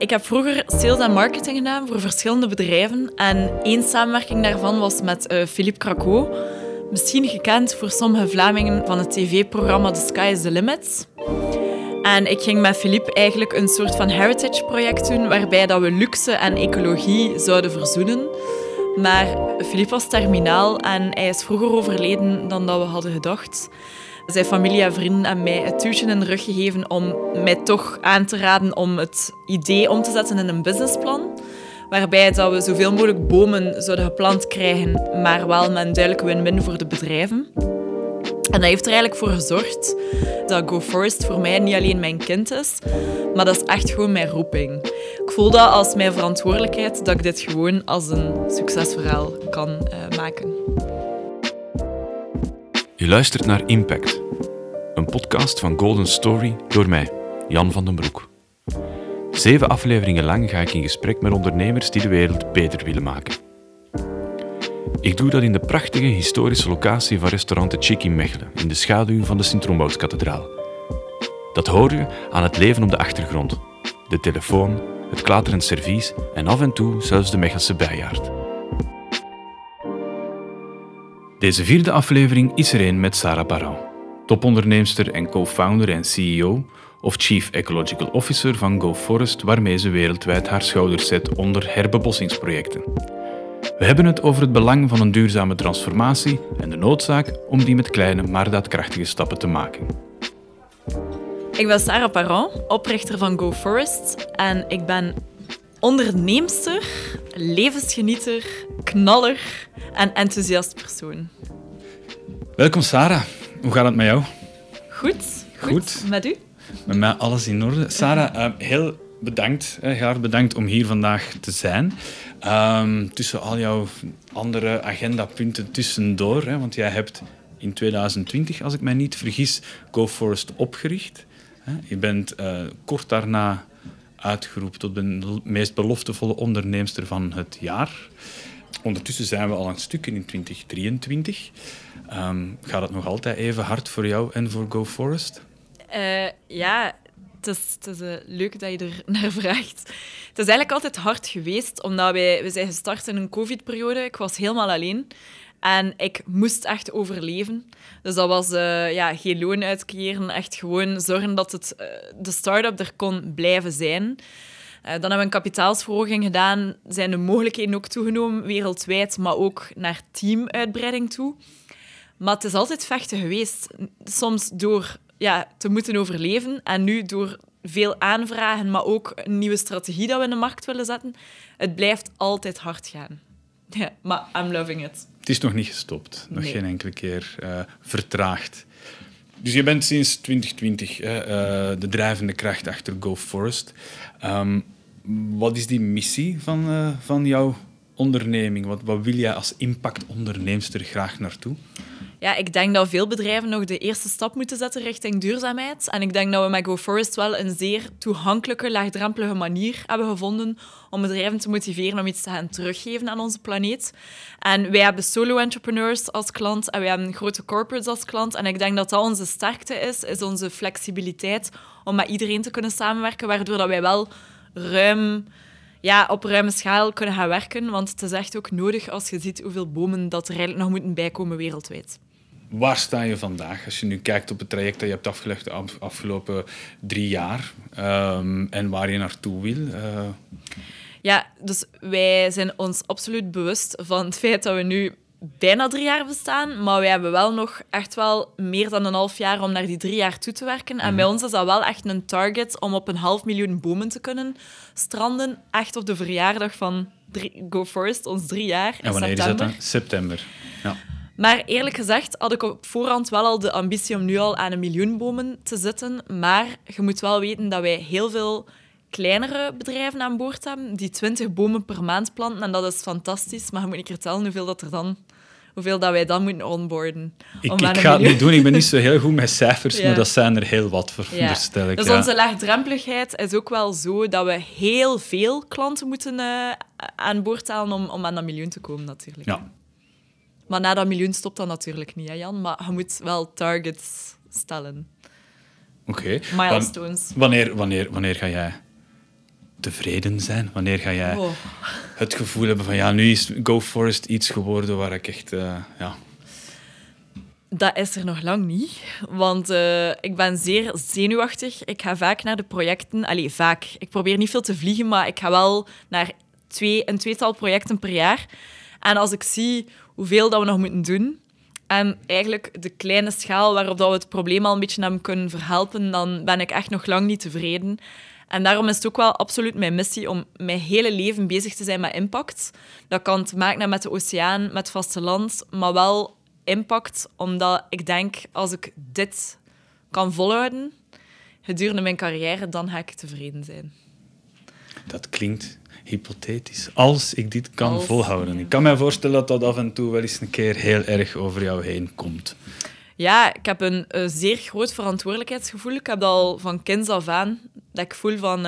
Ik heb vroeger sales en marketing gedaan voor verschillende bedrijven. En één samenwerking daarvan was met Philippe Craco. Misschien gekend voor sommige Vlamingen van het tv-programma The Sky is the Limit. En ik ging met Philippe eigenlijk een soort van heritage-project doen, waarbij dat we luxe en ecologie zouden verzoenen. Maar Philippe was terminaal en hij is vroeger overleden dan dat we hadden gedacht. Zijn familie en vrienden hebben mij het duwtje in de rug gegeven om mij toch aan te raden om het idee om te zetten in een businessplan. Waarbij dat we zoveel mogelijk bomen zouden geplant krijgen, maar wel met een duidelijke win-win voor de bedrijven. En dat heeft er eigenlijk voor gezorgd dat GoForest voor mij niet alleen mijn kind is, maar dat is echt gewoon mijn roeping. Ik voel dat als mijn verantwoordelijkheid dat ik dit gewoon als een succesverhaal kan maken. Je luistert naar Impact, een podcast van Golden Story door mij, Jan van den Broek. 7 afleveringen lang ga ik in gesprek met ondernemers die de wereld beter willen maken. Ik doe dat in de prachtige historische locatie van restaurant De Chic in Mechelen, in de schaduw van de Sint-Rombouts-kathedraal. Dat hoor je aan het leven op de achtergrond, de telefoon, het klaterend servies en af en toe zelfs de Mechelse bijaard. Deze 4e aflevering is er een met Sarah Parent, toponderneemster en co-founder en CEO of Chief Ecological Officer van GoForest, waarmee ze wereldwijd haar schouders zet onder herbebossingsprojecten. We hebben het over het belang van een duurzame transformatie en de noodzaak om die met kleine maar daadkrachtige stappen te maken. Ik ben Sarah Parent, oprichter van GoForest en ik ben onderneemster, levensgenieter, knaller en enthousiast persoon. Welkom Sarah, hoe gaat het met jou? Goed. Met u? Met mij alles in orde. Sarah, heel bedankt, heel hard bedankt om hier vandaag te zijn. Tussen al jouw andere agendapunten tussendoor, want jij hebt in 2020, als ik mij niet vergis, GoForest opgericht. Je bent kort daarna uitgeroepen tot de meest beloftevolle onderneemster van het jaar. Ondertussen zijn we al een stukje in 2023. Gaat het nog altijd even hard voor jou en voor GoForest? Ja, het is leuk dat je er naar vraagt. Het is eigenlijk altijd hard geweest, omdat we zijn gestart in een COVID-periode. Ik was helemaal alleen en ik moest echt overleven. Dus dat was geen loon uitkeren, echt gewoon zorgen dat de start-up er kon blijven zijn. Dan hebben we een kapitaalsverhoging gedaan, zijn de mogelijkheden ook toegenomen wereldwijd, maar ook naar teamuitbreiding toe. Maar het is altijd vechten geweest. Soms door te moeten overleven en nu door veel aanvragen, maar ook een nieuwe strategie dat we in de markt willen zetten. Het blijft altijd hard gaan. Ja, maar I'm loving it. Het is nog niet gestopt. Nog Nee. geen enkele keer vertraagd. Dus je bent sinds 2020 de drijvende kracht achter GoForest. Wat is die missie van jouw onderneming? Wat wil jij als impactonderneemster graag naartoe? Ja, ik denk dat veel bedrijven nog de eerste stap moeten zetten richting duurzaamheid. En ik denk dat we met GoForest wel een zeer toegankelijke, laagdrempelige manier hebben gevonden om bedrijven te motiveren om iets te gaan teruggeven aan onze planeet. En wij hebben solo-entrepreneurs als klant en wij hebben grote corporates als klant. En ik denk dat dat onze sterkte is onze flexibiliteit om met iedereen te kunnen samenwerken, waardoor dat wij wel op ruime schaal kunnen gaan werken. Want het is echt ook nodig als je ziet hoeveel bomen dat er eigenlijk nog moeten bijkomen wereldwijd. Waar sta je vandaag als je nu kijkt op het traject dat je hebt afgelegd de afgelopen 3 jaar en waar je naartoe wil? Ja, dus wij zijn ons absoluut bewust van het feit dat we nu bijna 3 jaar bestaan, maar wij hebben wel nog echt wel meer dan een half jaar om naar die 3 jaar toe te werken. En bij ons is dat wel echt een target om op 500.000 bomen te kunnen stranden. Echt op de verjaardag van GoForest, ons 3 jaar in En wanneer september. is dat dan? September. Ja. Maar eerlijk gezegd had ik op voorhand wel al de ambitie om nu al aan 1 miljoen bomen te zitten. Maar je moet wel weten dat wij heel veel kleinere bedrijven aan boord hebben die 20 bomen per maand planten. En dat is fantastisch. Maar je moet niet vertellen hoeveel dat wij dan moeten onboarden. Ik ga het niet doen, ik ben niet zo heel goed met cijfers, Ja. maar dat zijn er heel wat, veronderstel ik. Dus Ja. onze laagdrempeligheid is ook wel zo dat we heel veel klanten moeten aan boord halen om aan dat miljoen te komen, natuurlijk. Ja. Maar na dat miljoen stopt dat natuurlijk niet, hè, Jan. Maar je moet wel targets stellen. Oké. Milestones. Wanneer ga jij tevreden zijn? Wanneer ga jij het gevoel hebben van nu is Go Forest iets geworden waar ik echt... Dat is er nog lang niet, want ik ben zeer zenuwachtig. Ik ga vaak naar de projecten. Vaak. Ik probeer niet veel te vliegen, maar ik ga wel naar een tweetal projecten per jaar. En als ik zie hoeveel dat we nog moeten doen en eigenlijk de kleine schaal waarop dat we het probleem al een beetje hebben kunnen verhelpen, dan ben ik echt nog lang niet tevreden. En daarom is het ook wel absoluut mijn missie om mijn hele leven bezig te zijn met impact. Dat kan te maken hebben met de oceaan, met het vasteland, maar wel impact, omdat ik denk, als ik dit kan volhouden gedurende mijn carrière, dan ga ik tevreden zijn. Dat klinkt hypothetisch. Als ik dit kan volhouden. Ja. Ik kan me voorstellen dat dat af en toe wel eens een keer heel erg over jou heen komt. Ja, ik heb een zeer groot verantwoordelijkheidsgevoel. Ik heb dat al van kinds af aan. Dat ik voel van...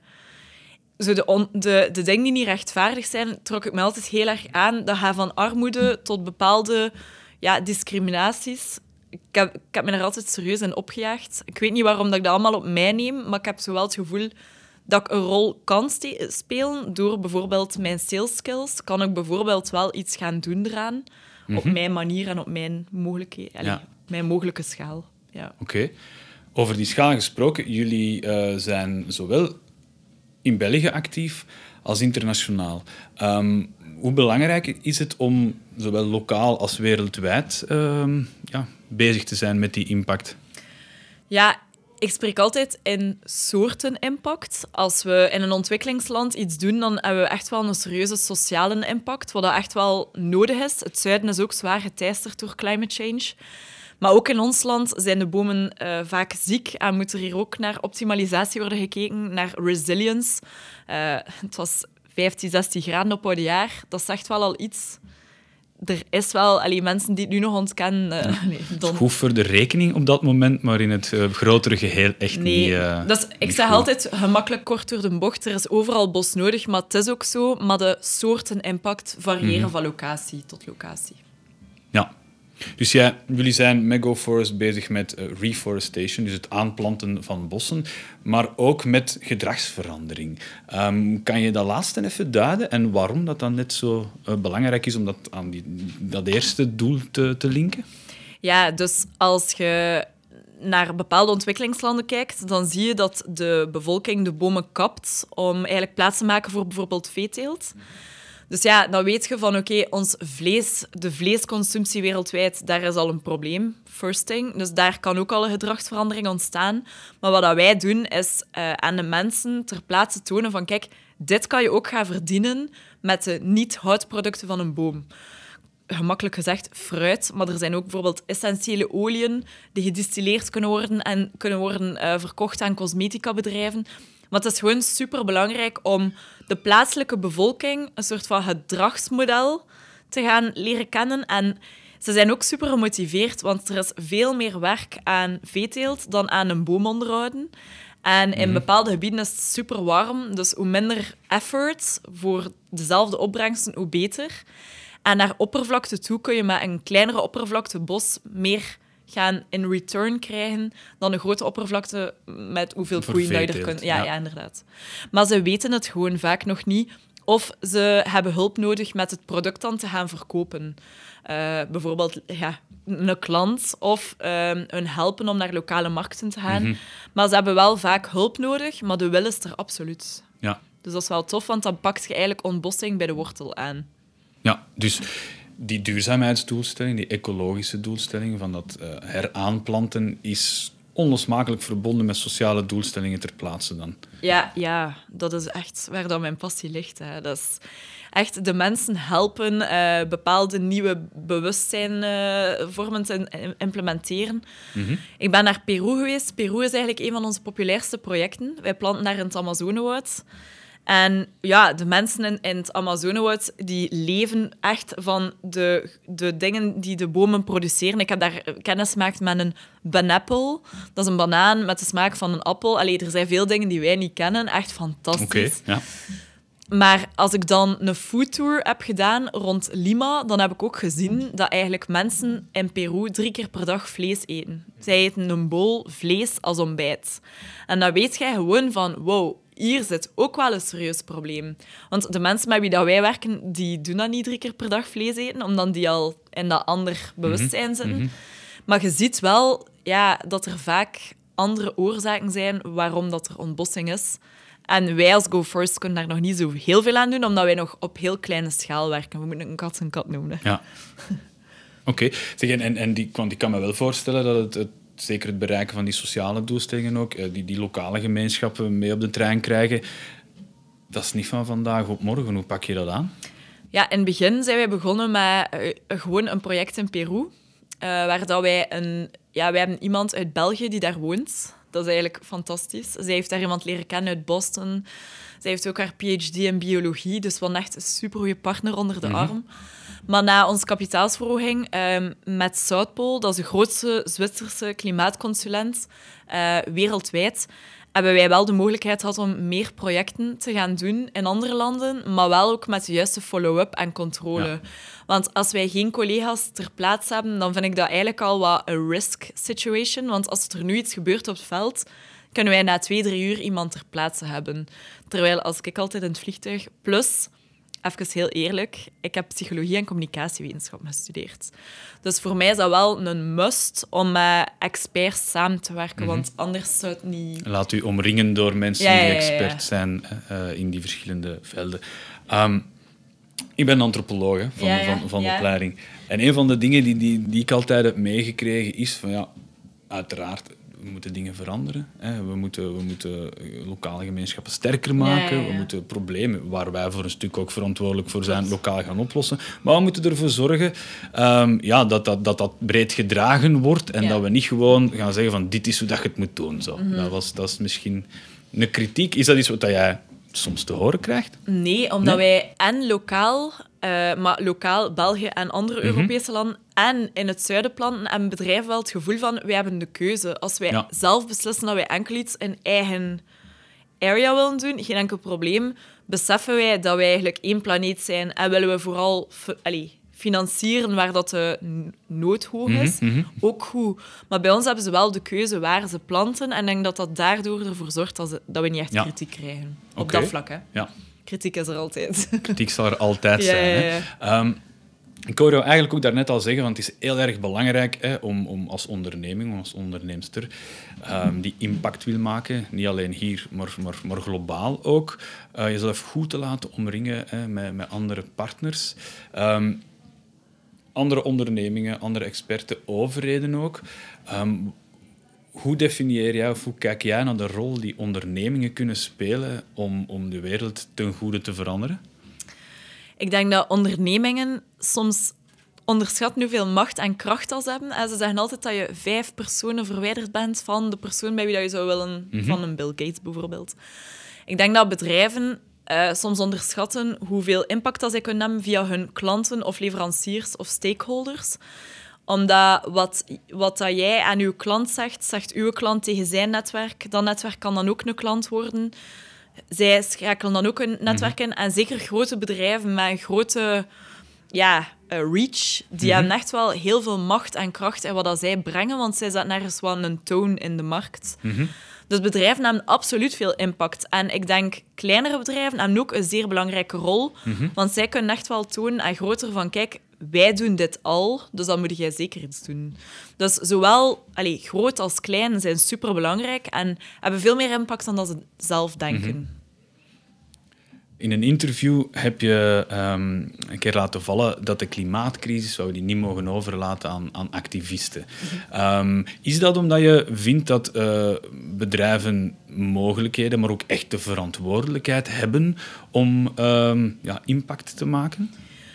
de dingen die niet rechtvaardig zijn, trok ik me altijd heel erg aan. Dat gaat van armoede tot bepaalde discriminaties. Ik heb me er altijd serieus in opgejaagd. Ik weet niet waarom dat ik dat allemaal op mij neem, maar ik heb zowel het gevoel dat ik een rol kan spelen door bijvoorbeeld mijn sales skills. Kan ik bijvoorbeeld wel iets gaan doen eraan, op mijn manier en op mijn mijn mogelijke schaal. Ja. Oké. Over die schaal gesproken, jullie zijn zowel in België actief als internationaal. Hoe belangrijk is het om zowel lokaal als wereldwijd bezig te zijn met die impact? Ja, ik spreek altijd in soorten impact. Als we in een ontwikkelingsland iets doen, dan hebben we echt wel een serieuze sociale impact, wat dat echt wel nodig is. Het zuiden is ook zwaar geteisterd door climate change. Maar ook in ons land zijn de bomen vaak ziek en moet er hier ook naar optimalisatie worden gekeken, naar resilience. Het was 15, 16 graden op oude jaar. Dat zegt wel al iets. Er is wel mensen die het nu nog ontkennen. Goed voor de rekening op dat moment, maar in het grotere geheel echt niet. Ik zeg altijd gemakkelijk kort door de bocht. Er is overal bos nodig, maar het is ook zo. Maar de soorten impact variëren van locatie tot locatie. Ja. Dus jullie zijn met Go Forest bezig met reforestation, dus het aanplanten van bossen, maar ook met gedragsverandering. Kan je dat laatste even duiden en waarom dat dan net zo belangrijk is om dat aan dat eerste doel te linken? Ja, dus als je naar bepaalde ontwikkelingslanden kijkt, dan zie je dat de bevolking de bomen kapt om eigenlijk plaats te maken voor bijvoorbeeld veeteelt. Dus dan weet je van, de vleesconsumptie wereldwijd, daar is al een probleem, first thing. Dus daar kan ook al een gedragsverandering ontstaan. Maar wat wij doen, is aan de mensen ter plaatse tonen van, kijk, dit kan je ook gaan verdienen met de niet-houtproducten van een boom. Gemakkelijk gezegd, fruit, maar er zijn ook bijvoorbeeld essentiële oliën die gedistilleerd kunnen worden en kunnen worden verkocht aan cosmetica-bedrijven. Maar het is gewoon superbelangrijk om de plaatselijke bevolking een soort van gedragsmodel te gaan leren kennen. En ze zijn ook super gemotiveerd, want er is veel meer werk aan veeteelt dan aan een boom onderhouden. En in bepaalde gebieden is het super warm, dus hoe minder effort voor dezelfde opbrengsten, hoe beter. En naar oppervlakte toe kun je met een kleinere oppervlakte bos meer gaan in return krijgen dan een grote oppervlakte met hoeveel koeien dat je er kunt. Ja, inderdaad. Maar ze weten het gewoon vaak nog niet. Of ze hebben hulp nodig met het product dan te gaan verkopen. Bijvoorbeeld een klant of een helpen om naar lokale markten te gaan. Maar ze hebben wel vaak hulp nodig, maar de wil is er absoluut. Ja. Dus dat is wel tof, want dan pakt je eigenlijk ontbossing bij de wortel aan. Ja, dus die duurzaamheidsdoelstelling, die ecologische doelstelling van dat heraanplanten is onlosmakelijk verbonden met sociale doelstellingen ter plaatse dan. Ja, dat is echt waar dat mijn passie ligt. Hè. Dat is echt de mensen helpen bepaalde nieuwe bewustzijnvormen te implementeren. Ik ben naar Peru geweest. Peru is eigenlijk een van onze populairste projecten. Wij planten daar in het Amazonewoud. En de mensen in het Amazonewoud die leven echt van de dingen die de bomen produceren. Ik heb daar kennis gemaakt met een banapple. Dat is een banaan met de smaak van een appel. Er zijn veel dingen die wij niet kennen. Echt fantastisch. Ja. Maar als ik dan een foodtour heb gedaan rond Lima, dan heb ik ook gezien dat eigenlijk mensen in Peru 3 keer per dag vlees eten. Zij eten een bol vlees als ontbijt. En dan weet jij gewoon van, wow, hier zit ook wel een serieus probleem. Want de mensen met wie dat wij werken, die doen dat niet 3 keer per dag vlees eten, omdat die al in dat ander bewustzijn zitten. Maar je ziet wel dat er vaak andere oorzaken zijn waarom dat er ontbossing is. En wij als Go First kunnen daar nog niet zo heel veel aan doen, omdat wij nog op heel kleine schaal werken. We moeten een kat zijn kat noemen. Ja. Oké. Want ik kan me wel voorstellen dat het zeker het bereiken van die sociale doelstellingen ook, die lokale gemeenschappen mee op de trein krijgen, dat is niet van vandaag op morgen. Hoe pak je dat aan? Ja, in het begin zijn wij begonnen met gewoon een project in Peru, waar dat wij wij hebben iemand uit België die daar woont. Dat is eigenlijk fantastisch. Zij heeft daar iemand leren kennen uit Boston. Zij heeft ook haar PhD in biologie, dus wel echt een supergoeie partner onder de arm. Maar na onze kapitaalsverhoging met Zuidpool, dat is de grootste Zwitserse klimaatconsulent wereldwijd, hebben wij wel de mogelijkheid gehad om meer projecten te gaan doen in andere landen, maar wel ook met de juiste follow-up en controle. Ja. Want als wij geen collega's ter plaatse hebben, dan vind ik dat eigenlijk al wat een risk situation. Want als er nu iets gebeurt op het veld, kunnen wij na 2-3 uur iemand ter plaatse hebben. Terwijl als ik altijd in het vliegtuig... Plus, even heel eerlijk, ik heb psychologie en communicatiewetenschap gestudeerd. Dus voor mij is dat wel een must om met experts samen te werken, want anders zou het niet... Laat u omringen door mensen die expert zijn in die verschillende velden. Ik ben antropoloog van opleiding. En een van de dingen die ik altijd heb meegekregen is van uiteraard, we moeten dingen veranderen. We moeten lokale gemeenschappen sterker maken. We moeten problemen, waar wij voor een stuk ook verantwoordelijk voor zijn, lokaal gaan oplossen. Maar we moeten ervoor zorgen dat breed gedragen wordt en dat we niet gewoon gaan zeggen van dit is hoe dat je het moet doen. Zo. Dat is misschien een kritiek. Is dat iets wat jij soms te horen krijgt? Nee, omdat wij en lokaal, maar lokaal België en andere Europese landen en in het zuiden planten, hebben bedrijven wel het gevoel van wij hebben de keuze. Als wij zelf beslissen dat wij enkel iets in eigen area willen doen, geen enkel probleem, beseffen wij dat wij eigenlijk één planeet zijn en willen we vooral financieren waar dat de nood hoog is. Ook goed. Maar bij ons hebben ze wel de keuze waar ze planten en ik denk dat dat daardoor ervoor zorgt dat we niet echt kritiek krijgen. Op dat vlak, hè. Ja. Kritiek is er altijd. Kritiek zal er altijd zijn. Hè. Ik hoor jou eigenlijk ook daarnet al zeggen, want het is heel erg belangrijk om als onderneming, als onderneemster, die impact wil maken. Niet alleen hier, maar globaal ook. Jezelf goed te laten omringen met andere partners. Andere ondernemingen, andere experten, overheden ook. Hoe definieer jij of hoe kijk jij naar de rol die ondernemingen kunnen spelen om de wereld ten goede te veranderen? Ik denk dat ondernemingen soms onderschatten hoeveel macht en kracht dat ze hebben. En ze zeggen altijd dat je 5 personen verwijderd bent van de persoon bij wie dat je zou willen, van een Bill Gates bijvoorbeeld. Ik denk dat bedrijven soms onderschatten hoeveel impact dat zij kunnen hebben via hun klanten of leveranciers of stakeholders. Omdat wat dat jij aan uw klant zegt uw klant tegen zijn netwerk. Dat netwerk kan dan ook een klant worden. Zij schakelen dan ook een netwerk in. En zeker grote bedrijven met een grote reach, die hebben echt wel heel veel macht en kracht in wat dat zij brengen, want zij zetten nergens wel een toon in de markt. Dus bedrijven hebben absoluut veel impact. En ik denk, kleinere bedrijven hebben ook een zeer belangrijke rol, want zij kunnen echt wel tonen aan groter van, kijk, wij doen dit al, dus dan moet jij zeker iets doen. Dus zowel groot als klein zijn superbelangrijk en hebben veel meer impact dan dat ze zelf denken. In een interview heb je een keer laten vallen dat de klimaatcrisis, we die niet mogen overlaten aan activisten. Is dat omdat je vindt dat bedrijven mogelijkheden, maar ook echt de verantwoordelijkheid hebben om impact te maken?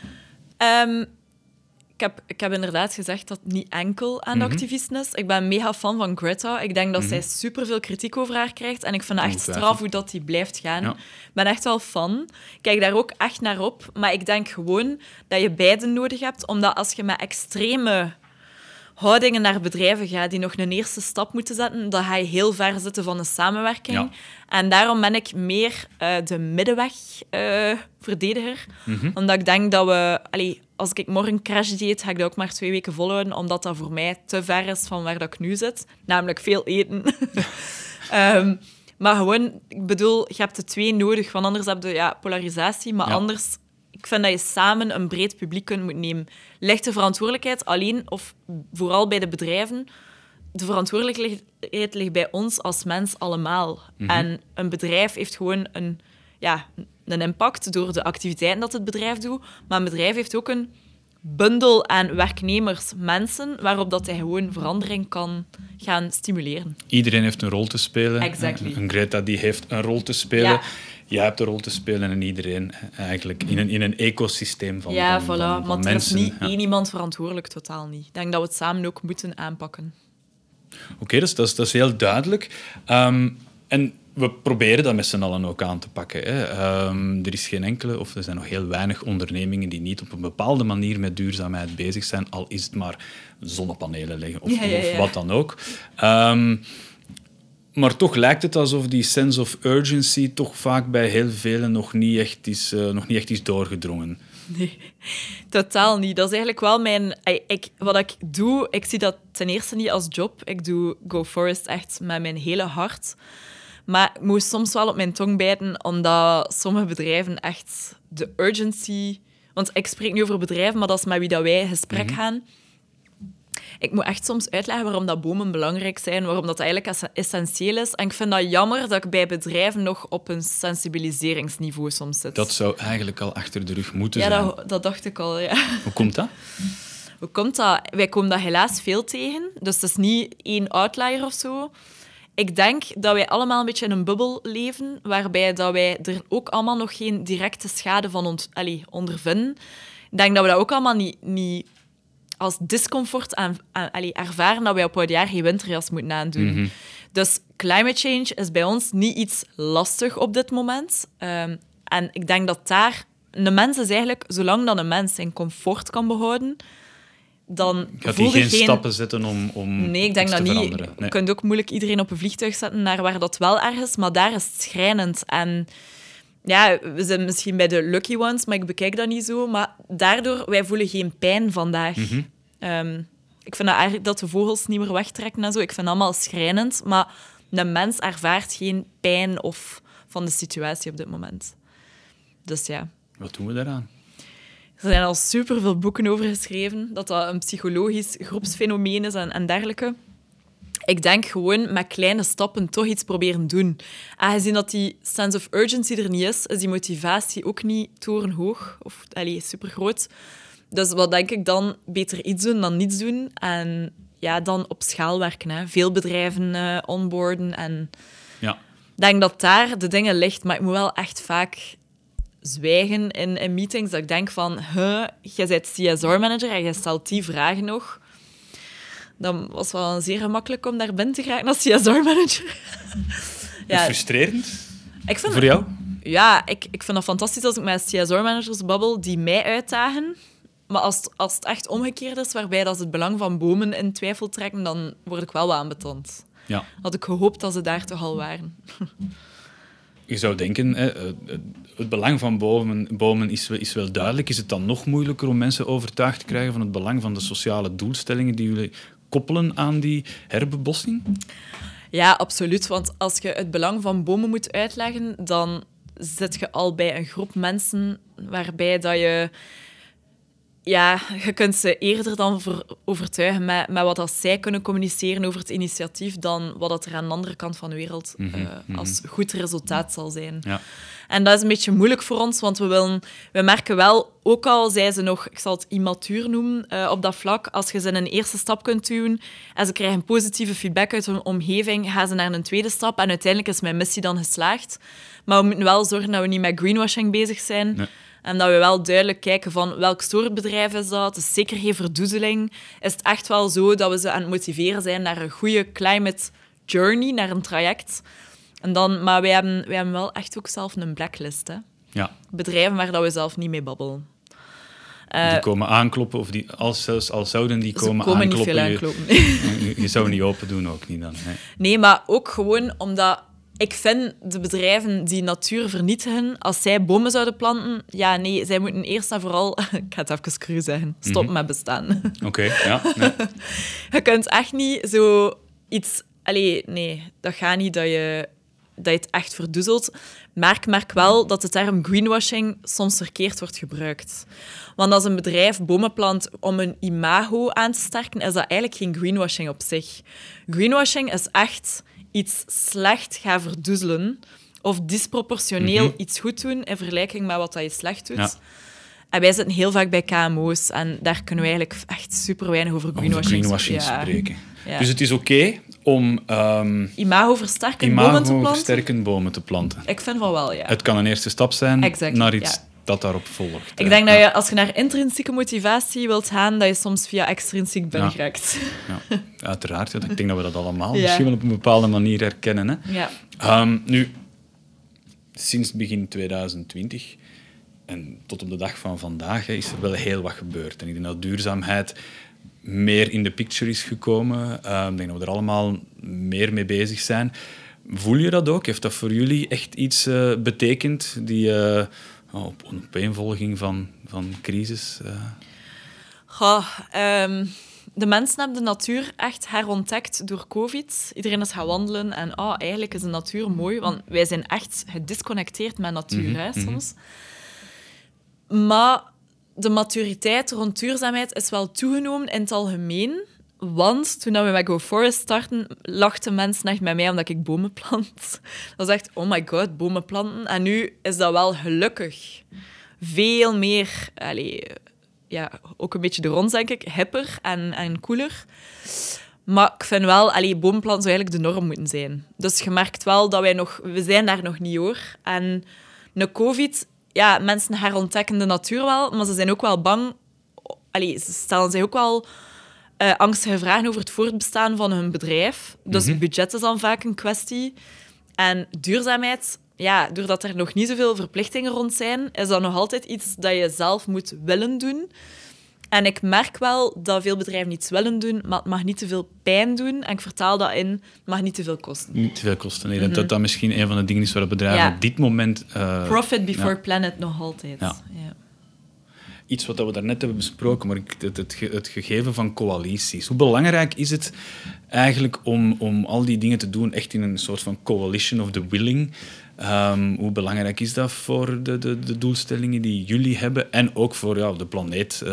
Ik heb inderdaad gezegd dat het niet enkel aan de activisten is. Ik ben mega fan van Greta. Ik denk dat zij superveel kritiek over haar krijgt. En ik vind het echt straf hoe dat die blijft gaan. Ik ben echt wel fan. Ik kijk daar ook echt naar op. Maar ik denk gewoon dat je beide nodig hebt. Omdat als je met extreme houdingen naar bedrijven gaat die nog een eerste stap moeten zetten, dan ga je heel ver zitten van een samenwerking. Ja. En daarom ben ik meer de middenweg-verdediger. Omdat ik denk dat we... als ik morgen crash dieet, ga ik dat ook maar 2 weken volhouden, omdat dat voor mij te ver is van waar dat ik nu zit. Namelijk veel eten. Maar gewoon, ik bedoel, je hebt de twee nodig, want anders heb je polarisatie. Maar anders, ik vind dat je samen een breed publiek kunt nemen. Ligt de verantwoordelijkheid alleen, of vooral bij de bedrijven, de verantwoordelijkheid ligt bij ons als mens allemaal. En een bedrijf heeft gewoon een impact door de activiteiten dat het bedrijf doet. Maar een bedrijf heeft ook een bundel aan werknemers, mensen, waarop dat hij gewoon verandering kan gaan stimuleren. Iedereen heeft een rol te spelen. Exactly. Een Greta die heeft een rol te spelen. Ja. Jij hebt een rol te spelen en iedereen eigenlijk in een ecosysteem van Ja, van voilà. van Want er is mensen. niet één iemand verantwoordelijk, totaal niet. Ik denk dat we het samen ook moeten aanpakken. Oké, dat is heel duidelijk. En we proberen dat met z'n allen ook aan te pakken. Hè. Er is geen enkele, of er zijn nog heel weinig ondernemingen die niet op een bepaalde manier met duurzaamheid bezig zijn, al is het maar zonnepanelen leggen of wat dan ook. Maar toch lijkt het alsof die sense of urgency toch vaak bij heel velen nog niet echt is doorgedrongen. Nee, totaal niet. Dat is eigenlijk wel mijn... Wat ik doe, ik zie dat ten eerste niet als job. Ik doe Go Forest echt met mijn hele hart. Maar ik moest soms wel op mijn tong bijten, omdat sommige bedrijven echt de urgency... Want ik spreek nu over bedrijven, maar dat is met wie dat wij in gesprek gaan. Ik moet echt soms uitleggen waarom dat bomen belangrijk zijn, waarom dat eigenlijk essentieel is. En ik vind dat jammer dat ik bij bedrijven nog op een sensibiliseringsniveau soms zit. Dat zou eigenlijk al achter de rug moeten zijn. Ja, dat dacht ik al, ja. Hoe komt dat? Hoe komt dat? Wij komen dat helaas veel tegen. Dus het is niet één outlier of zo. Ik denk dat wij allemaal een beetje in een bubbel leven, waarbij dat wij er ook allemaal nog geen directe schade van ondervinden. Ik denk dat we dat ook allemaal niet als discomfort ervaren dat wij op oudjaar geen winterjas moeten aandoen. Dus climate change is bij ons niet iets lastig op dit moment. En ik denk dat daar... Een mens is eigenlijk, zolang dat een mens zijn comfort kan behouden, dan Gaat hij geen stappen zetten om Nee, ik denk iets dat te niet. veranderen? Je kunt ook moeilijk iedereen op een vliegtuig zetten naar waar dat wel erg is, maar daar is het schrijnend. En ja, we zijn misschien bij de lucky ones, maar ik bekijk dat niet zo. Maar daardoor, wij voelen geen pijn vandaag. Ik vind dat eigenlijk dat de vogels niet meer wegtrekken en zo. Ik vind het allemaal schrijnend, maar een mens ervaart geen pijn of van de situatie op dit moment. Dus ja. Wat doen we daaraan? Er zijn al superveel boeken over geschreven, dat een psychologisch groepsfenomeen is en dergelijke. Ik denk gewoon met kleine stappen toch iets proberen doen. Aangezien dat die sense of urgency er niet is die motivatie ook niet torenhoog of supergroot. Dus wat denk ik dan? Beter iets doen dan niets doen. En ja, dan op schaal werken. Hè. Veel bedrijven onboarden. En Ja. ik denk dat daar de dingen ligt. Maar ik moet wel echt vaak zwijgen in meetings. Dat ik denk van, jij bent CSR-manager en jij stelt die vragen nog. Dan was het wel zeer gemakkelijk om daar binnen te geraken als CSR-manager. Ja. Frustrerend? Ik vind, voor jou? Ja, ik vind het fantastisch als ik met CSR-managers babbel die mij uitdagen. Maar als het echt omgekeerd is, waarbij dat ze het belang van bomen in twijfel trekken, dan word ik wel wat aanbetand. Ja. Had ik gehoopt dat ze daar toch al waren. Je zou denken, het belang van bomen is wel duidelijk. Is het dan nog moeilijker om mensen overtuigd te krijgen van het belang van de sociale doelstellingen die jullie koppelen aan die herbebossing? Ja, absoluut. Want als je het belang van bomen moet uitleggen, dan zit je al bij een groep mensen waarbij dat je... Ja, je kunt ze eerder dan overtuigen met wat dat zij kunnen communiceren over het initiatief dan wat dat er aan de andere kant van de wereld als goed resultaat zal zijn. Ja. En dat is een beetje moeilijk voor ons, want we merken wel, ook al zijn ze nog, ik zal het immatuur noemen, op dat vlak, als je ze een eerste stap kunt doen en ze krijgen positieve feedback uit hun omgeving, gaan ze naar een tweede stap en uiteindelijk is mijn missie dan geslaagd. Maar we moeten wel zorgen dat we niet met greenwashing bezig zijn. Nee. En dat we wel duidelijk kijken van welk soort bedrijf is dat. Het is zeker geen verdoezeling. Is het echt wel zo dat we ze aan het motiveren zijn naar een goede climate journey, naar een traject. En dan, maar wij hebben wel echt ook zelf een blacklist. Hè? Ja. Bedrijven waar dat we zelf niet mee babbelen. Die komen aankloppen, of zelfs al zouden die komen aankloppen. Niet veel aankloppen. Je zou niet open doen, ook niet dan. Nee, maar ook gewoon omdat... Ik vind de bedrijven die natuur vernietigen, als zij bomen zouden planten, ja, nee, zij moeten eerst en vooral... Ik ga het even cru zeggen. Stop met bestaan. Oké, ja. Nee. Je kunt echt niet zo iets... nee, dat gaat niet dat je je het echt verdoezelt. Maar ik merk wel dat de term greenwashing soms verkeerd wordt gebruikt. Want als een bedrijf bomen plant om een imago aan te sterken, is dat eigenlijk geen greenwashing op zich. Greenwashing is echt iets slecht gaan verdoezelen of disproportioneel iets goed doen in vergelijking met wat dat je slecht doet. Ja. En wij zitten heel vaak bij KMO's en daar kunnen we eigenlijk echt super weinig over greenwashing spreken. Ja. Dus het is oké om imago versterkend bomen te planten? versterkend bomen te planten. Ik vind van wel, ja. Het kan een eerste stap zijn Exactly, naar iets ja. dat daarop volgt. Ik denk dat je, als je naar intrinsieke motivatie wilt gaan, dat je soms via extrinsiek bent geraakt. Ja, uiteraard. Ja. Ik denk dat we dat allemaal Ja. misschien wel op een bepaalde manier herkennen. Hè. Ja. Nu, sinds begin 2020 en tot op de dag van vandaag is er wel heel wat gebeurd. En ik denk dat duurzaamheid meer in de picture is gekomen. Ik denk dat we er allemaal meer mee bezig zijn. Voel je dat ook? Heeft dat voor jullie echt iets betekend, die opeenvolging van crisis? De mensen hebben de natuur echt herontdekt door COVID. Iedereen is gaan wandelen en eigenlijk is de natuur mooi, want wij zijn echt gedisconnecteerd met natuur hè, soms. Maar de maturiteit rond duurzaamheid is wel toegenomen in het algemeen. Want toen we met Go Forest starten, lachten mensen echt met mij omdat ik bomen plant. Dat was echt, oh my god, bomen planten. En nu is dat wel gelukkig veel meer, ook een beetje de rond, denk ik, hipper en cooler. Maar ik vind wel, bomen planten zou eigenlijk de norm moeten zijn. Dus je merkt wel dat we zijn daar nog niet hoor. En na COVID, ja, mensen herontdekken de natuur wel, maar ze zijn ook wel bang. Ze stellen zich ook wel angstige vragen over het voortbestaan van hun bedrijf. Dus budget is dan vaak een kwestie. En duurzaamheid, ja, doordat er nog niet zoveel verplichtingen rond zijn, is dat nog altijd iets dat je zelf moet willen doen. En ik merk wel dat veel bedrijven iets willen doen, maar het mag niet te veel pijn doen. En ik vertaal dat in, het mag niet te veel kosten. Niet te veel kosten. Nee, dat misschien een van de dingen is waar bedrijven op dit moment... Profit before planet nog altijd. Ja. Ja. Iets wat we daarnet hebben besproken, maar het gegeven van coalities. Hoe belangrijk is het eigenlijk om al die dingen te doen echt in een soort van coalition of the willing? Hoe belangrijk is dat voor de doelstellingen die jullie hebben en ook voor de planeet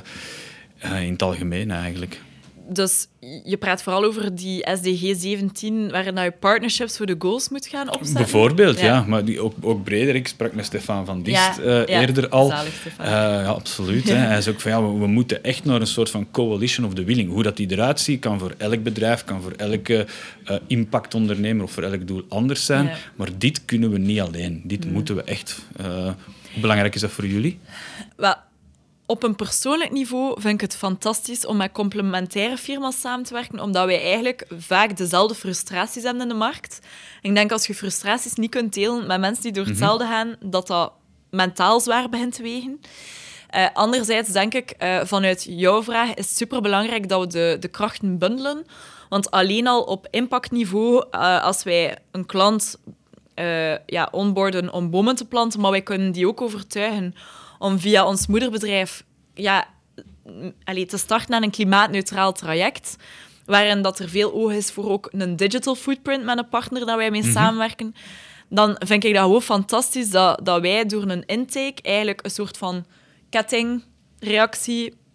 in het algemeen eigenlijk? Dus je praat vooral over die SDG 17, waarin je partnerships voor de goals moet gaan opzetten. Bijvoorbeeld, ja. Maar die ook breder. Ik sprak met Stefan van Diest eerder al. Zalig, Stefan. Ja, absoluut. Hè. Hij is ook van, we moeten echt naar een soort van coalition of the willing. Hoe dat die eruit ziet, kan voor elk bedrijf, kan voor elke impactondernemer of voor elk doel anders zijn. Ja. Maar dit kunnen we niet alleen. Dit moeten we echt... hoe belangrijk is dat voor jullie? Wel, op een persoonlijk niveau vind ik het fantastisch om met complementaire firma's samen te werken, omdat wij eigenlijk vaak dezelfde frustraties hebben in de markt. Ik denk als je frustraties niet kunt delen met mensen die door hetzelfde gaan, dat mentaal zwaar begint te wegen. Anderzijds denk ik, vanuit jouw vraag is het superbelangrijk dat we de krachten bundelen. Want alleen al op impactniveau, als wij een klant onboarden om bomen te planten, maar wij kunnen die ook overtuigen om via ons moederbedrijf te starten aan een klimaatneutraal traject, waarin dat er veel oog is voor ook een digital footprint met een partner dat wij mee samenwerken, dan vind ik dat gewoon fantastisch dat wij door een intake eigenlijk een soort van kettingreactie...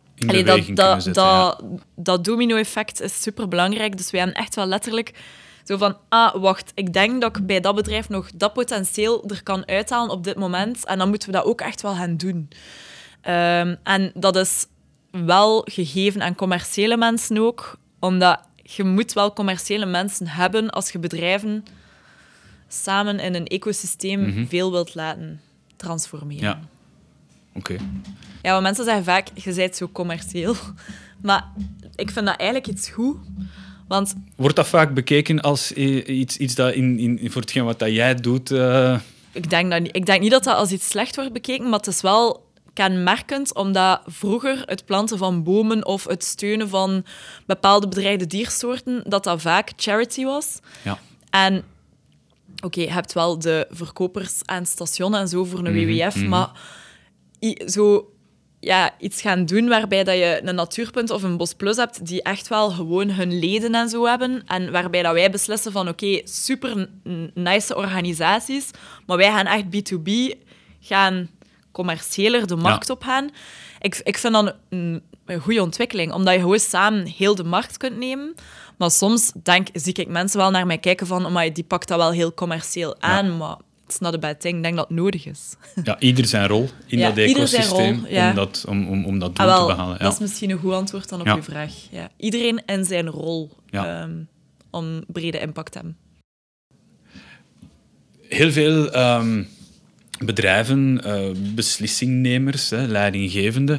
Dat domino-effect is superbelangrijk. Dus wij hebben echt wel letterlijk zo van... wacht, ik denk dat ik bij dat bedrijf nog dat potentieel er kan uithalen op dit moment. En dan moeten we dat ook echt wel gaan doen. En dat is wel gegeven aan commerciële mensen ook. Omdat je moet wel commerciële mensen hebben als je bedrijven samen in een ecosysteem veel wilt laten transformeren. Ja. Oké. Ja, want mensen zeggen vaak, je bent zo commercieel. Maar ik vind dat eigenlijk iets goed. Want... Wordt dat vaak bekeken als iets dat voor hetgeen wat dat jij doet? Ik denk niet dat dat als iets slecht wordt bekeken, maar het is wel kenmerkend, omdat vroeger het planten van bomen of het steunen van bepaalde bedreigde diersoorten, dat vaak charity was. Ja. En je hebt wel de verkopers aan stationen en zo voor een WWF, maar iets gaan doen waarbij dat je een Natuurpunt of een Bosplus hebt die echt wel gewoon hun leden en zo hebben. En waarbij dat wij beslissen van oké, super nice organisaties, maar wij gaan echt B2B gaan commerciëler de markt op gaan. Ik vind dat een goede ontwikkeling, omdat je gewoon samen heel de markt kunt nemen. Maar soms zie ik mensen wel naar mij kijken van amai, die pakt dat wel heel commercieel aan, maar it's not a bad thing. Ik denk dat het nodig is. Ja, ieder zijn rol in dat ecosysteem om dat doel te behalen. Ja. Dat is misschien een goed antwoord dan op je vraag. Ja. Iedereen in zijn rol om brede impact te hebben. Heel veel bedrijven, beslissingnemers, leidinggevenden,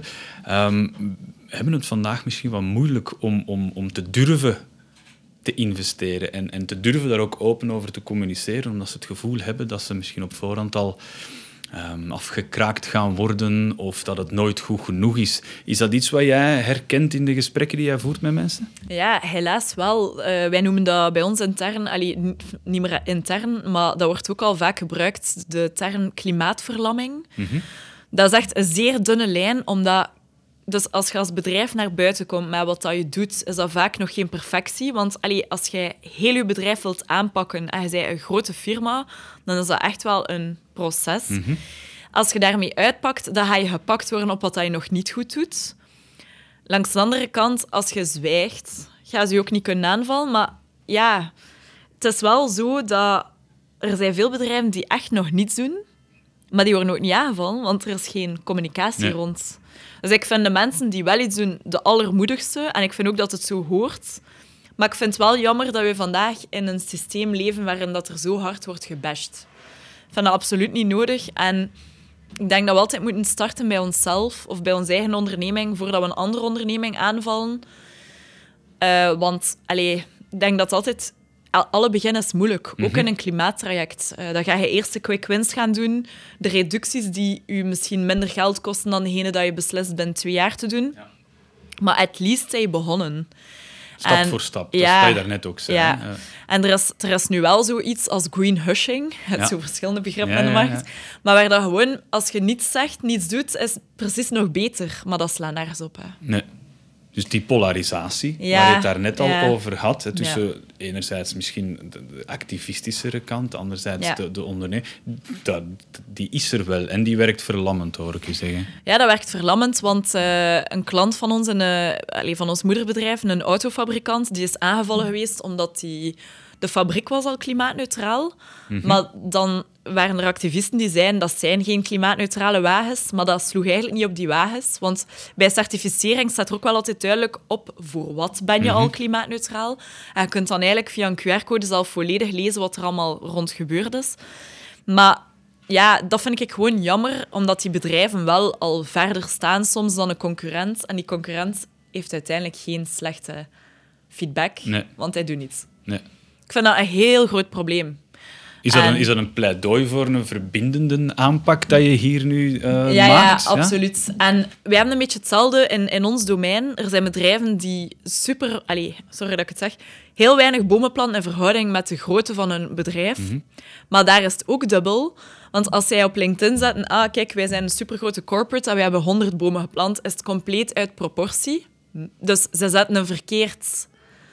hebben het vandaag misschien wat moeilijk om te durven te investeren en te durven daar ook open over te communiceren, omdat ze het gevoel hebben dat ze misschien op voorhand al afgekraakt gaan worden of dat het nooit goed genoeg is. Is dat iets wat jij herkent in de gesprekken die jij voert met mensen? Ja, helaas wel. Wij noemen dat bij ons intern, niet meer intern, maar dat wordt ook al vaak gebruikt, de term klimaatverlamming. Mm-hmm. Dat is echt een zeer dunne lijn, omdat dus als je als bedrijf naar buiten komt met wat dat je doet, is dat vaak nog geen perfectie. Want als jij heel je bedrijf wilt aanpakken en je bent een grote firma, dan is dat echt wel een proces. Mm-hmm. Als je daarmee uitpakt, dan ga je gepakt worden op wat dat je nog niet goed doet. Langs de andere kant, als je zwijgt, gaan ze je ook niet kunnen aanvallen. Maar ja, het is wel zo dat er zijn veel bedrijven die echt nog niets doen, maar die worden ook niet aangevallen, want er is geen communicatie rond. Dus ik vind de mensen die wel iets doen de allermoedigste. En ik vind ook dat het zo hoort. Maar ik vind het wel jammer dat we vandaag in een systeem leven waarin dat er zo hard wordt gebashed. Ik vind dat absoluut niet nodig. En ik denk dat we altijd moeten starten bij onszelf of bij onze eigen onderneming voordat we een andere onderneming aanvallen. Want ik denk dat altijd... Alle begin is moeilijk, ook in een klimaattraject. Dan ga je eerst de quick wins gaan doen. De reducties die je misschien minder geld kosten dan degene dat je beslist binnen 2 jaar te doen. Ja. Maar at least zijn je begonnen. Stap voor stap, dat sta je daarnet ook zei. Ja. En er is nu wel zoiets als green hushing. Het zijn zo verschillende begrippen in de markt. Ja. Maar waar dat gewoon, als je niets zegt, niets doet, is precies nog beter. Maar dat slaat nergens op. Hè. Nee. Dus die polarisatie, waar je het daar net al over had, tussen enerzijds misschien de activistischere kant, anderzijds de ondernemer, die is er wel en die werkt verlammend, hoor ik je zeggen. Ja, dat werkt verlammend, want een klant van ons, van ons moederbedrijf, een autofabrikant, die is aangevallen geweest omdat de fabriek was al klimaatneutraal. Mm-hmm. Maar dan waren er activisten die zeiden dat zijn geen klimaatneutrale wagens, maar dat sloeg eigenlijk niet op die wagens. Want bij certificering staat er ook wel altijd duidelijk op voor wat ben je al klimaatneutraal. En je kunt dan eigenlijk via een QR-code zelf volledig lezen wat er allemaal rond gebeurd is. Maar ja, dat vind ik gewoon jammer, omdat die bedrijven wel al verder staan soms dan een concurrent. En die concurrent heeft uiteindelijk geen slechte feedback, want hij doet niets. Nee. Ik vind dat een heel groot probleem. Is dat een pleidooi voor een verbindende aanpak dat je hier nu maakt? Ja, absoluut. En wij hebben een beetje hetzelfde in ons domein. Er zijn bedrijven die sorry dat ik het zeg, heel weinig bomen planten in verhouding met de grootte van hun bedrijf. Mm-hmm. Maar daar is het ook dubbel. Want als zij op LinkedIn zetten, kijk, wij zijn een supergrote corporate en wij hebben 100 bomen geplant, is het compleet uit proportie. Dus ze zetten een verkeerd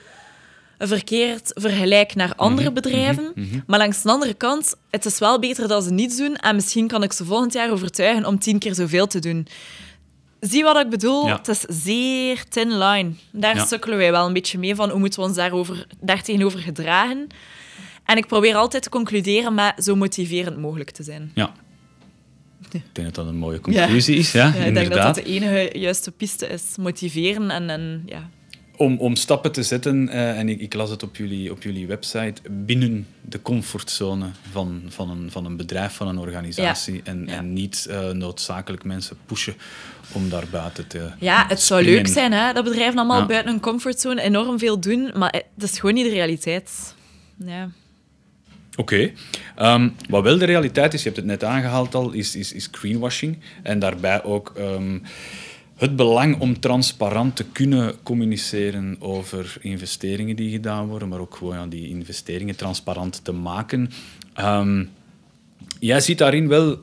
vergelijk naar andere bedrijven. Mm-hmm. Maar langs de andere kant, het is wel beter dat ze niets doen en misschien kan ik ze volgend jaar overtuigen om 10 keer zoveel te doen. Zie wat ik bedoel? Ja. Het is zeer thin line. Daar sukkelen wij wel een beetje mee van hoe moeten we ons daar tegenover gedragen. En ik probeer altijd te concluderen met zo motiverend mogelijk te zijn. Ja. Ik denk dat dat een mooie conclusie is. Ja, ik denk dat dat de enige juiste piste is. Motiveren en Om stappen te zetten, en ik las het op jullie website, binnen de comfortzone van een bedrijf, van een organisatie. Ja. En niet noodzakelijk mensen pushen om daar buiten te het zou leuk zijn hè, dat bedrijven allemaal buiten hun comfortzone enorm veel doen, maar het is gewoon niet de realiteit. Ja. Oké. Wat wel de realiteit is, je hebt het net aangehaald al, is greenwashing. En daarbij ook... het belang om transparant te kunnen communiceren over investeringen die gedaan worden, maar ook gewoon die investeringen transparant te maken. Jij ziet daarin wel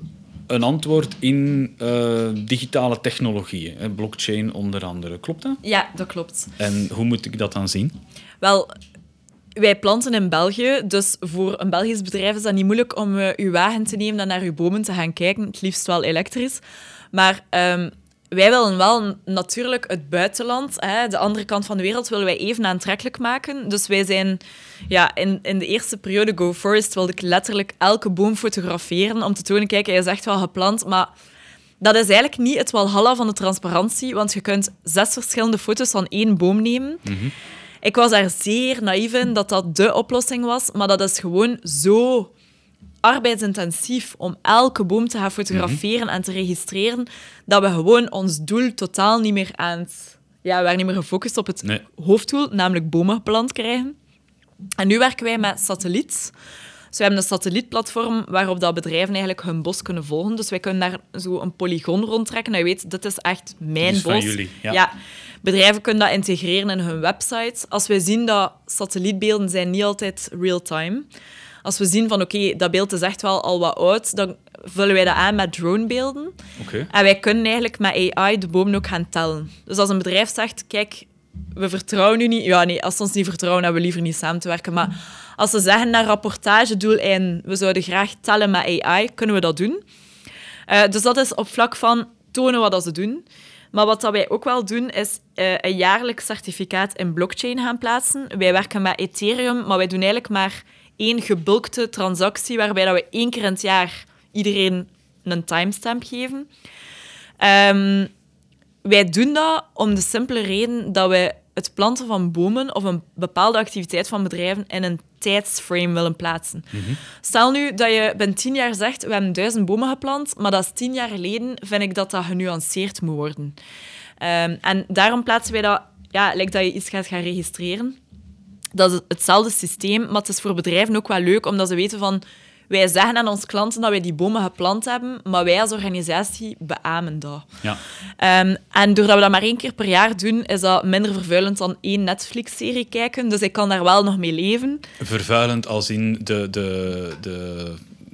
een antwoord in digitale technologieën, blockchain onder andere. Klopt dat? Ja, dat klopt. En hoe moet ik dat dan zien? Wel, wij planten in België, dus voor een Belgisch bedrijf is dat niet moeilijk om uw wagen te nemen en naar uw bomen te gaan kijken. Het liefst wel elektrisch. Maar wij willen wel natuurlijk het buitenland, de andere kant van de wereld, willen wij even aantrekkelijk maken. Dus wij zijn... Ja, in de eerste periode Go Forest wilde ik letterlijk elke boom fotograferen om te tonen, kijk, hij is echt wel geplant, maar dat is eigenlijk niet het walhalla van de transparantie, want je kunt 6 verschillende foto's van 1 boom nemen. Mm-hmm. Ik was daar zeer naïef in dat dat de oplossing was, maar dat is gewoon zo arbeidsintensief om elke boom te gaan fotograferen en te registreren, dat we gewoon ons doel totaal niet meer aan het... Ja, we waren niet meer gefocust op het hoofddoel, namelijk bomen geplant krijgen. En nu werken wij met satelliet. Dus we hebben een satellietplatform waarop dat bedrijven eigenlijk hun bos kunnen volgen. Dus wij kunnen daar zo een polygoon rondtrekken. En je weet, dit is echt mijn bos. Van jullie, ja. Bedrijven kunnen dat integreren in hun website. Als wij zien dat satellietbeelden zijn niet altijd real-time. Als we zien van oké, dat beeld is echt wel al wat oud, dan vullen wij dat aan met dronebeelden. Okay. En wij kunnen eigenlijk met AI de bomen ook gaan tellen. Dus als een bedrijf zegt, kijk, we vertrouwen u niet... Ja, nee, als ze ons niet vertrouwen, hebben we liever niet samen te werken. Maar als ze zeggen naar rapportagedoeleinden, we zouden graag tellen met AI, kunnen we dat doen. Dus dat is op vlak van tonen wat ze doen. Maar wat dat wij ook wel doen, is een jaarlijks certificaat in blockchain gaan plaatsen. Wij werken met Ethereum, maar wij doen eigenlijk maar 1 gebulkte transactie, waarbij dat we 1 keer in het jaar iedereen een timestamp geven. Wij doen dat om de simpele reden dat we het planten van bomen of een bepaalde activiteit van bedrijven in een tijdsframe willen plaatsen. Mm-hmm. Stel nu dat je binnen 10 jaar zegt, we hebben 1000 bomen geplant, maar dat is 10 jaar geleden, vind ik dat genuanceerd moet worden. En daarom plaatsen wij dat, lijkt dat je iets gaat gaan registreren. Dat is hetzelfde systeem, maar het is voor bedrijven ook wel leuk, omdat ze weten van... Wij zeggen aan onze klanten dat wij die bomen geplant hebben, maar wij als organisatie beamen dat. Ja. En doordat we dat maar 1 keer per jaar doen, is dat minder vervuilend dan 1 Netflix-serie kijken. Dus ik kan daar wel nog mee leven. Vervuilend als in de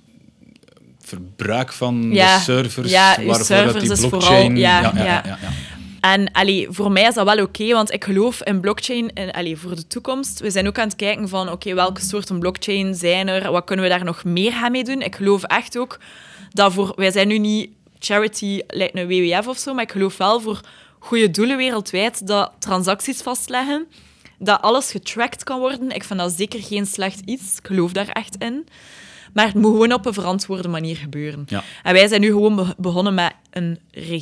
verbruik van de servers, waarvoor servers dat die blockchain... Ja. En voor mij is dat wel oké, want ik geloof in blockchain voor de toekomst. We zijn ook aan het kijken van welke soorten blockchain zijn er, wat kunnen we daar nog meer gaan mee doen. Ik geloof echt ook dat wij zijn nu niet charity, lijkt een WWF of zo, maar ik geloof wel voor goede doelen wereldwijd dat transacties vastleggen, dat alles getracked kan worden. Ik vind dat zeker geen slecht iets. Ik geloof daar echt in. Maar het moet gewoon op een verantwoorde manier gebeuren. Ja. En wij zijn nu gewoon begonnen met een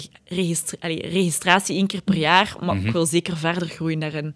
registratie 1 keer per jaar, maar ik wil zeker verder groeien daarin.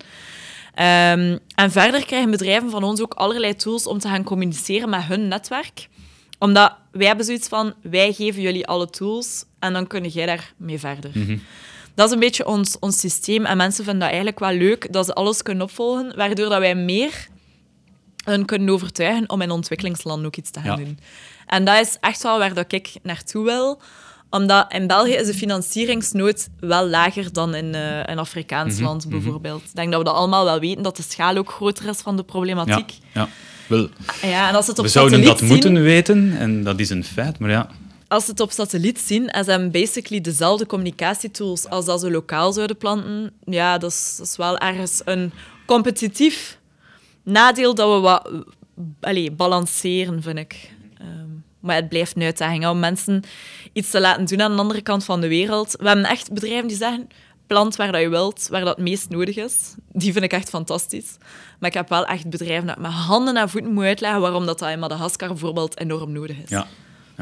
En verder krijgen bedrijven van ons ook allerlei tools om te gaan communiceren met hun netwerk. Omdat wij hebben zoiets van, wij geven jullie alle tools en dan kun jij daarmee verder. Mm-hmm. Dat is een beetje ons systeem en mensen vinden dat eigenlijk wel leuk, dat ze alles kunnen opvolgen, waardoor dat wij meer hun kunnen overtuigen om in ontwikkelingslanden ook iets te gaan doen. En dat is echt wel waar dat ik naartoe wil. Omdat in België is de financieringsnood wel lager dan in een Afrikaans land, bijvoorbeeld. Ik denk dat we dat allemaal wel weten, dat de schaal ook groter is van de problematiek. Ja. Wel, en als het op we zouden dat zien, moeten weten, en dat is een feit, maar ja... Als ze het op satelliet zien, en ze hebben basically dezelfde communicatietools als dat ze lokaal zouden planten, dat is wel ergens een competitief... nadeel dat we wat balanceren, vind ik. Maar het blijft een uitdaging om mensen iets te laten doen aan de andere kant van de wereld. We hebben echt bedrijven die zeggen, plant waar dat je wilt, waar dat het meest nodig is. Die vind ik echt fantastisch. Maar ik heb wel echt bedrijven dat met handen en voeten moet uitleggen waarom dat in Madagaskar bijvoorbeeld enorm nodig is. Ja.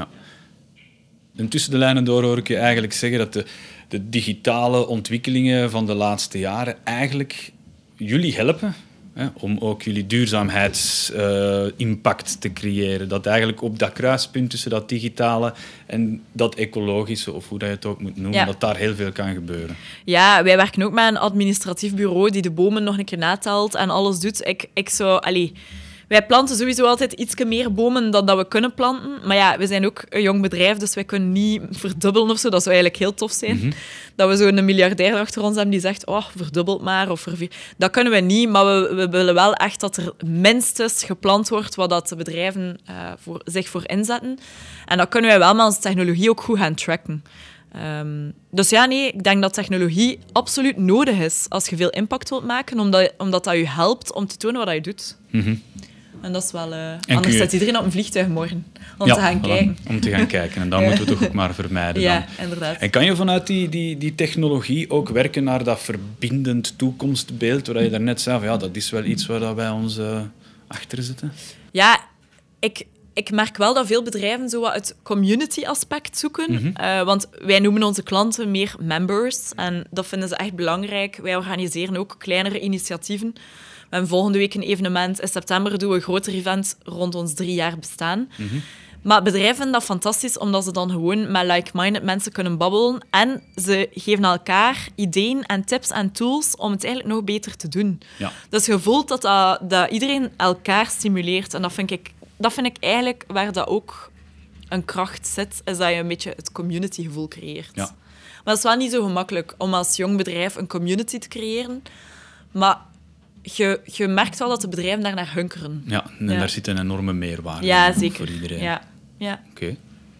En tussen de lijnen door hoor ik je eigenlijk zeggen dat de digitale ontwikkelingen van de laatste jaren eigenlijk jullie helpen om ook jullie duurzaamheidsimpact te creëren. Dat eigenlijk op dat kruispunt tussen dat digitale en dat ecologische, of hoe dat je het ook moet noemen, dat daar heel veel kan gebeuren. Ja, wij werken ook met een administratief bureau die de bomen nog een keer natelt en alles doet. Wij planten sowieso altijd iets meer bomen dan dat we kunnen planten. Maar ja, we zijn ook een jong bedrijf, dus wij kunnen niet verdubbelen of zo. Dat zou eigenlijk heel tof zijn. Dat we zo'n miljardair achter ons hebben die zegt, verdubbelt maar. Dat kunnen we niet, maar we willen wel echt dat er minstens geplant wordt wat dat de bedrijven zich voor inzetten. En dat kunnen wij wel met onze technologie ook goed gaan tracken. Dus ja, nee, ik denk dat technologie absoluut nodig is als je veel impact wilt maken, omdat dat je helpt om te tonen wat je doet. En dat is wel... anders zet iedereen op een vliegtuig morgen om te gaan kijken. Om te gaan kijken. En dat moeten we toch ook maar vermijden. Ja, dan. Inderdaad. En kan je vanuit die technologie ook werken naar dat verbindend toekomstbeeld, waar je daarnet zei, van, ja, dat is wel iets waar wij ons achter zitten? Ja, ik merk wel dat veel bedrijven zo wat het community-aspect zoeken. Want wij noemen onze klanten meer members. En dat vinden ze echt belangrijk. Wij organiseren ook kleinere initiatieven. We hebben volgende week een evenement. In september doen we een groter event rond ons 3 jaar bestaan. Maar bedrijven vinden dat fantastisch, omdat ze dan gewoon met like-minded mensen kunnen babbelen. En ze geven elkaar ideeën en tips en tools om het eigenlijk nog beter te doen. Ja. Dus je voelt dat iedereen elkaar stimuleert. En dat vind ik eigenlijk waar dat ook een kracht zit, is dat je een beetje het communitygevoel creëert. Ja. Maar het is wel niet zo gemakkelijk om als jong bedrijf een community te creëren. Maar je merkt wel dat de bedrijven daar naar hunkeren. Ja, en daar zit een enorme meerwaarde Ja, zeker. voor iedereen. Ja. Oké.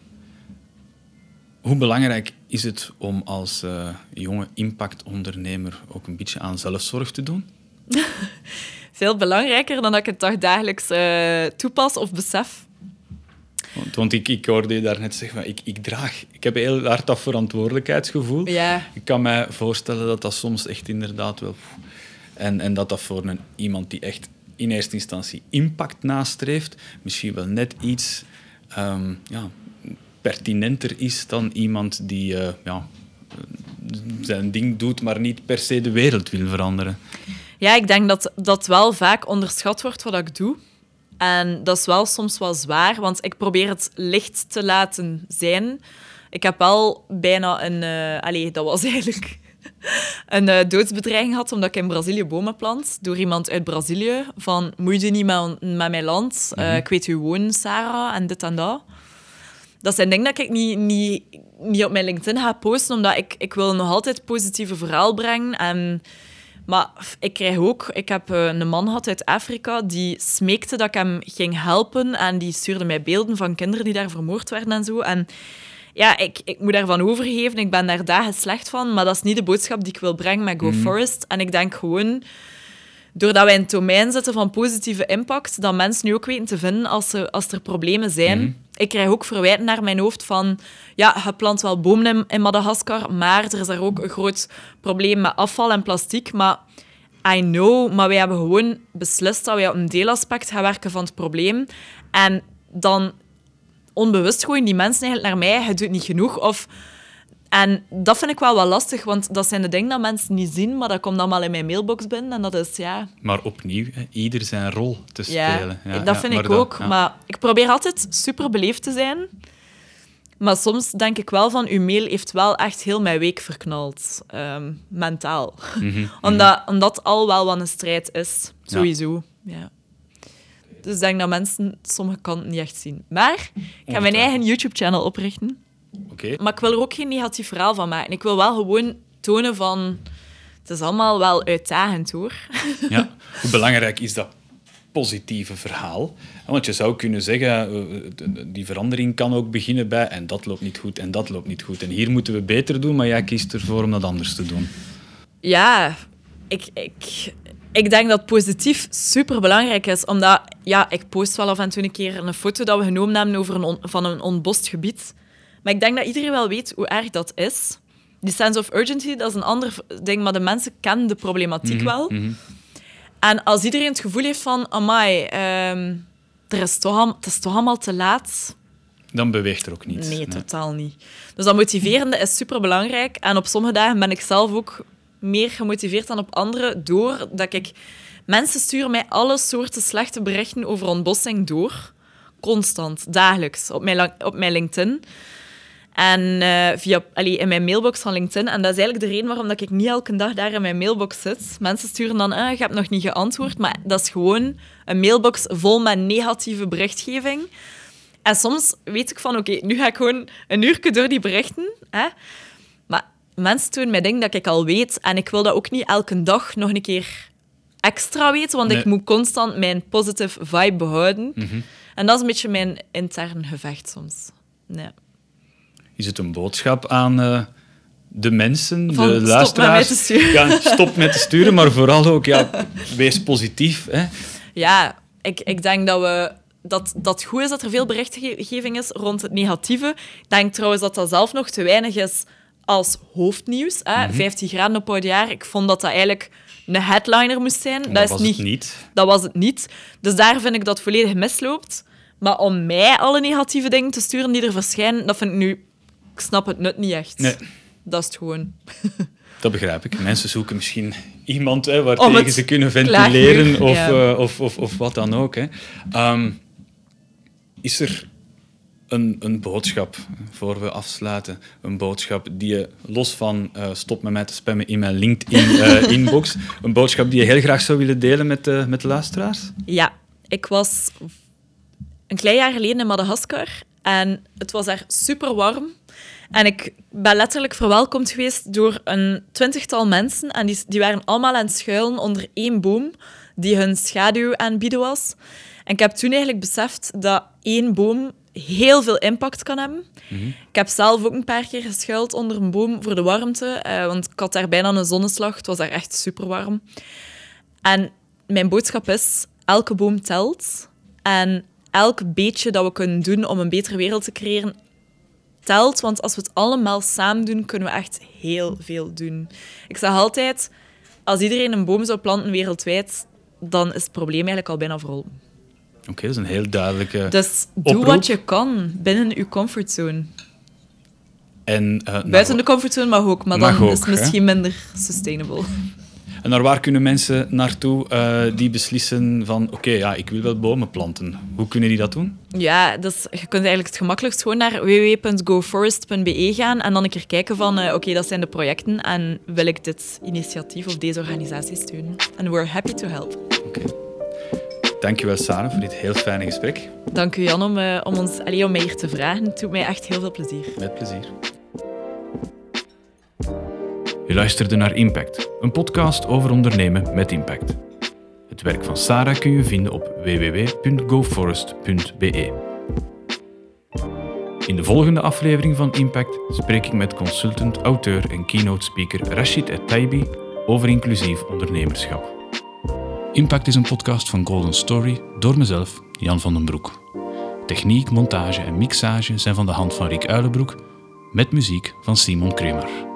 Hoe belangrijk is het om als jonge impactondernemer ook een beetje aan zelfzorg te doen? Veel belangrijker dan dat ik het toch dagelijks toepas of besef. Want ik hoorde je daarnet zeggen, ik heb heel hard dat verantwoordelijkheidsgevoel. Ja. Ik kan mij voorstellen dat dat soms echt inderdaad wel... En dat voor iemand die echt in eerste instantie impact nastreeft, misschien wel net iets pertinenter is dan iemand die zijn ding doet, maar niet per se de wereld wil veranderen. Ja, ik denk dat wel vaak onderschat wordt wat ik doe. En dat is wel soms wel zwaar, want ik probeer het licht te laten zijn. Ik heb wel bijna dat was eigenlijk een doodsbedreiging gehad, omdat ik in Brazilië bomen plant. Door iemand uit Brazilië. Van, moet je niet met mijn land? Ik weet u woont, Sarah, en dit en dat. Dat zijn dingen dat ik niet op mijn LinkedIn ga posten, omdat ik wil nog altijd het positieve verhaal brengen. Maar ik heb een man gehad uit Afrika die smeekte dat ik hem ging helpen. En die stuurde mij beelden van kinderen die daar vermoord werden en zo. En ja, ik moet daarvan overgeven. Ik ben daar dagen slecht van. Maar dat is niet de boodschap die ik wil brengen met Go Forest. En ik denk gewoon, doordat wij in het domein zitten van positieve impact, dat mensen nu ook weten te vinden als er problemen zijn. Ik krijg ook verwijten naar mijn hoofd van, ja, je plant wel bomen in Madagaskar, maar er is daar ook een groot probleem met afval en plastic. Maar I know, maar wij hebben gewoon beslist dat wij op een deelaspect gaan werken van het probleem. En dan onbewust gooien die mensen eigenlijk naar mij, je doet niet genoeg. En dat vind ik wel wat lastig, want dat zijn de dingen dat mensen niet zien, maar dat komt allemaal in mijn mailbox binnen en dat is, ja... Maar opnieuw, ieder zijn rol te spelen. Ja, dat vind ik ook. Maar ik probeer altijd super beleefd te zijn. Maar soms denk ik wel van, uw mail heeft wel echt heel mijn week verknald. Mentaal. Omdat al wel wat een strijd is. Sowieso. Ja. Dus ik denk dat mensen sommige kanten niet echt zien. Maar ik ga mijn eigen YouTube-channel oprichten. Okay. Maar ik wil er ook geen negatief verhaal van maken. Ik wil wel gewoon tonen van... Het is allemaal wel uitdagend, hoor. Ja. Hoe belangrijk is dat positieve verhaal? Want je zou kunnen zeggen, die verandering kan ook beginnen bij... En dat loopt niet goed, en dat loopt niet goed. En hier moeten we beter doen, maar jij kiest ervoor om dat anders te doen. Ja, ik denk dat positief superbelangrijk is. Omdat, ja, ik post wel af en toe een keer een foto dat we genomen hebben van een ontbost gebied... Maar ik denk dat iedereen wel weet hoe erg dat is. Die sense of urgency, dat is een ander ding, maar de mensen kennen de problematiek wel. En als iedereen het gevoel heeft van, amai, het is toch allemaal te laat. Dan beweegt er ook niets. Nee, totaal niet. Dus dat motiverende is superbelangrijk. En op sommige dagen ben ik zelf ook meer gemotiveerd dan op andere, doordat mensen sturen mij alle soorten slechte berichten over ontbossing door. Constant, dagelijks, op mijn LinkedIn. En in mijn mailbox van LinkedIn. En dat is eigenlijk de reden waarom dat ik niet elke dag daar in mijn mailbox zit. Mensen sturen dan, je hebt nog niet geantwoord. Maar dat is gewoon een mailbox vol met negatieve berichtgeving. En soms weet ik van, oké, nu ga ik gewoon een uurtje door die berichten. Hè? Maar mensen doen mij dingen dat ik al weet. En ik wil dat ook niet elke dag nog een keer extra weten. Want ik moet constant mijn positive vibe behouden. Mm-hmm. En dat is een beetje mijn intern gevecht soms. Nee. Is het een boodschap aan de mensen, van, de luisteraars? Stop met mij te sturen. Ja, stop met te sturen, maar vooral ook, wees positief. Hè? Ja, ik denk dat het goed is dat er veel berichtgeving is rond het negatieve. Ik denk trouwens dat dat zelf nog te weinig is als hoofdnieuws. Hè? Mm-hmm. 15 graden op oudjaar. Ik vond dat eigenlijk een headliner moest zijn. Dat was het niet. Dat was het niet. Dus daar vind ik dat het volledig misloopt. Maar om mij alle negatieve dingen te sturen die er verschijnen, dat vind ik nu... Ik snap het nut niet echt. Nee. Dat is het gewoon. Dat begrijp ik. Mensen zoeken misschien iemand waartegen ze kunnen ventileren of wat dan ook. Hè. Is er een boodschap, voor we afsluiten, een boodschap die je, los van stop met mij te spammen in mijn LinkedIn-inbox, een boodschap die je heel graag zou willen delen met de luisteraars? Ja, ik was een klein jaar geleden in Madagaskar en het was daar super warm. En ik ben letterlijk verwelkomd geweest door een 20-tal mensen. En die waren allemaal aan het schuilen onder één boom die hun schaduw aanbieden was. En ik heb toen eigenlijk beseft dat één boom heel veel impact kan hebben. Mm-hmm. Ik heb zelf ook een paar keer geschuild onder een boom voor de warmte. Want ik had daar bijna een zonneslag. Het was daar echt super warm. En mijn boodschap is, elke boom telt. En elk beetje dat we kunnen doen om een betere wereld te creëren, telt, want als we het allemaal samen doen, kunnen we echt heel veel doen. Ik zeg altijd, als iedereen een boom zou planten wereldwijd, dan is het probleem eigenlijk al bijna verholpen. Oké, dat is een heel duidelijke Dus oproep. Doe wat je kan binnen je comfortzone. En, buiten de comfortzone mag ook, maar dan is het misschien minder sustainable. En naar waar kunnen mensen naartoe die beslissen van oké, ik wil wel bomen planten. Hoe kunnen die dat doen? Ja, dus je kunt eigenlijk het gemakkelijkst gewoon naar www.goforest.be gaan en dan een keer kijken van dat zijn de projecten en wil ik dit initiatief of deze organisatie steunen. And we're happy to help. Oké. Dankjewel Sarah voor dit heel fijne gesprek. Dank u Jan om mij hier te vragen. Het doet mij echt heel veel plezier. Met plezier. Je luisterde naar Impact, een podcast over ondernemen met impact. Het werk van Sarah kun je vinden op www.goforest.be. In de volgende aflevering van Impact spreek ik met consultant, auteur en keynote speaker Rachid El-Taibi over inclusief ondernemerschap. Impact is een podcast van Golden Story door mezelf, Jan van den Broek. Techniek, montage en mixage zijn van de hand van Rick Uilenbroek, met muziek van Simon Kremer.